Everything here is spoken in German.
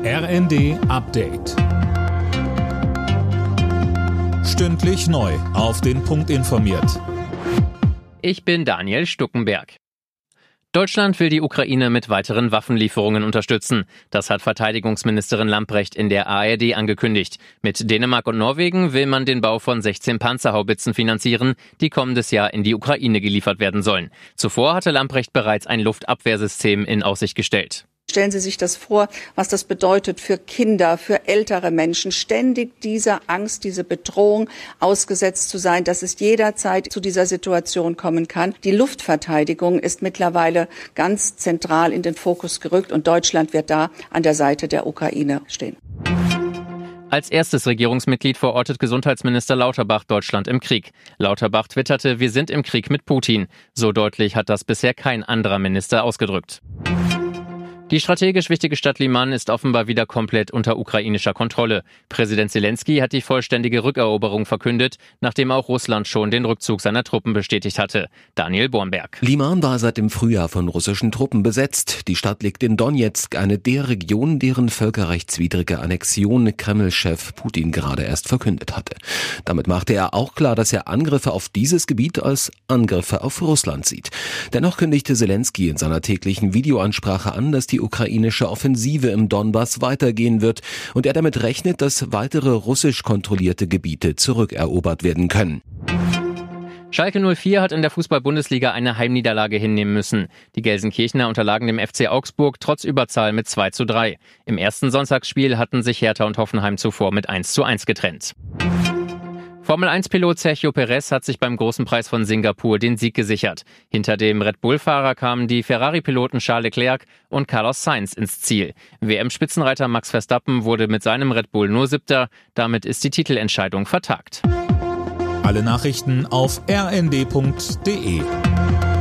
RND Update. Stündlich neu auf den Punkt informiert. Ich bin Daniel Stuckenberg. Deutschland will die Ukraine mit weiteren Waffenlieferungen unterstützen. Das hat Verteidigungsministerin Lambrecht in der ARD angekündigt. Mit Dänemark und Norwegen will man den Bau von 16 Panzerhaubitzen finanzieren, die kommendes Jahr in die Ukraine geliefert werden sollen. Zuvor hatte Lambrecht bereits ein Luftabwehrsystem in Aussicht gestellt. Stellen Sie sich das vor, was das bedeutet für Kinder, für ältere Menschen, ständig dieser Angst, diese Bedrohung ausgesetzt zu sein, dass es jederzeit zu dieser Situation kommen kann. Die Luftverteidigung ist mittlerweile ganz zentral in den Fokus gerückt und Deutschland wird da an der Seite der Ukraine stehen. Als erstes Regierungsmitglied verortet Gesundheitsminister Lauterbach Deutschland im Krieg. Lauterbach twitterte, wir sind im Krieg mit Putin. So deutlich hat das bisher kein anderer Minister ausgedrückt. Die strategisch wichtige Stadt Liman ist offenbar wieder komplett unter ukrainischer Kontrolle. Präsident Zelensky hat die vollständige Rückeroberung verkündet, nachdem auch Russland schon den Rückzug seiner Truppen bestätigt hatte. Daniel Bornberg. Liman war seit dem Frühjahr von russischen Truppen besetzt. Die Stadt liegt in Donezk, eine der Regionen, deren völkerrechtswidrige Annexion Kreml-Chef Putin gerade erst verkündet hatte. Damit machte er auch klar, dass er Angriffe auf dieses Gebiet als Angriffe auf Russland sieht. Dennoch kündigte Zelensky in seiner täglichen Videoansprache an, dass die ukrainische Offensive im Donbass weitergehen wird und er damit rechnet, dass weitere russisch kontrollierte Gebiete zurückerobert werden können. Schalke 04 hat in der Fußball-Bundesliga eine Heimniederlage hinnehmen müssen. Die Gelsenkirchener unterlagen dem FC Augsburg trotz Überzahl mit 2:3. Im ersten Sonntagsspiel hatten sich Hertha und Hoffenheim zuvor mit 1:1 getrennt. Formel-1-Pilot Sergio Perez hat sich beim Großen Preis von Singapur den Sieg gesichert. Hinter dem Red Bull-Fahrer kamen die Ferrari-Piloten Charles Leclerc und Carlos Sainz ins Ziel. WM-Spitzenreiter Max Verstappen wurde mit seinem Red Bull nur 7. Damit ist die Titelentscheidung vertagt. Alle Nachrichten auf rnd.de.